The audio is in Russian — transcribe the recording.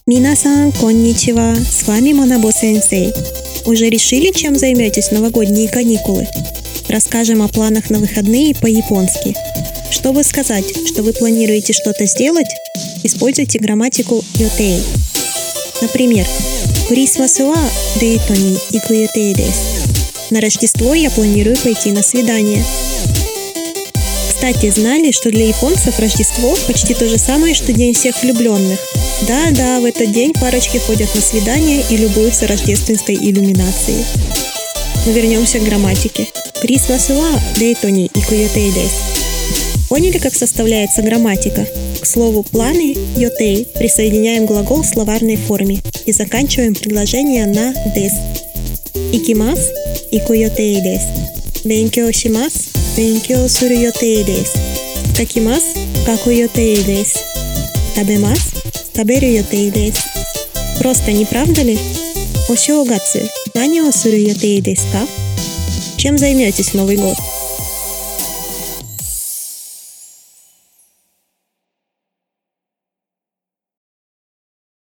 Минасан, конничева, с вами Манабо-сенсей. Уже решили, чем займетесь в новогодние каникулы? Расскажем о планах на выходные по-японски. Чтобы сказать, что вы планируете что-то сделать, используйте грамматику йотей. Например, «Крисмасу ва дэйто ни ику йотей десу». На Рождество я планирую пойти на свидание. Кстати, знали, что для японцев Рождество почти то же самое, что День всех влюбленных? Да, в этот день парочки ходят на свидание и любуются рождественской иллюминацией. Но вернемся к грамматике. «Крисмасу ва дэйто ни ику йотей десу». Поняли, как составляется грамматика? К слову «планы» йотей присоединяем глагол в словарной форме и заканчиваем предложение на «дес». Икимас, ику йотей десу. Бенкё шимас, бенкё суру йотей десу. Какимас, каку йотей десу. Табемас, таберу йотей десу. Просто, не правда ли? О сёгацу, нани о суру йотей десу ка? Чем займетесь в Новый год?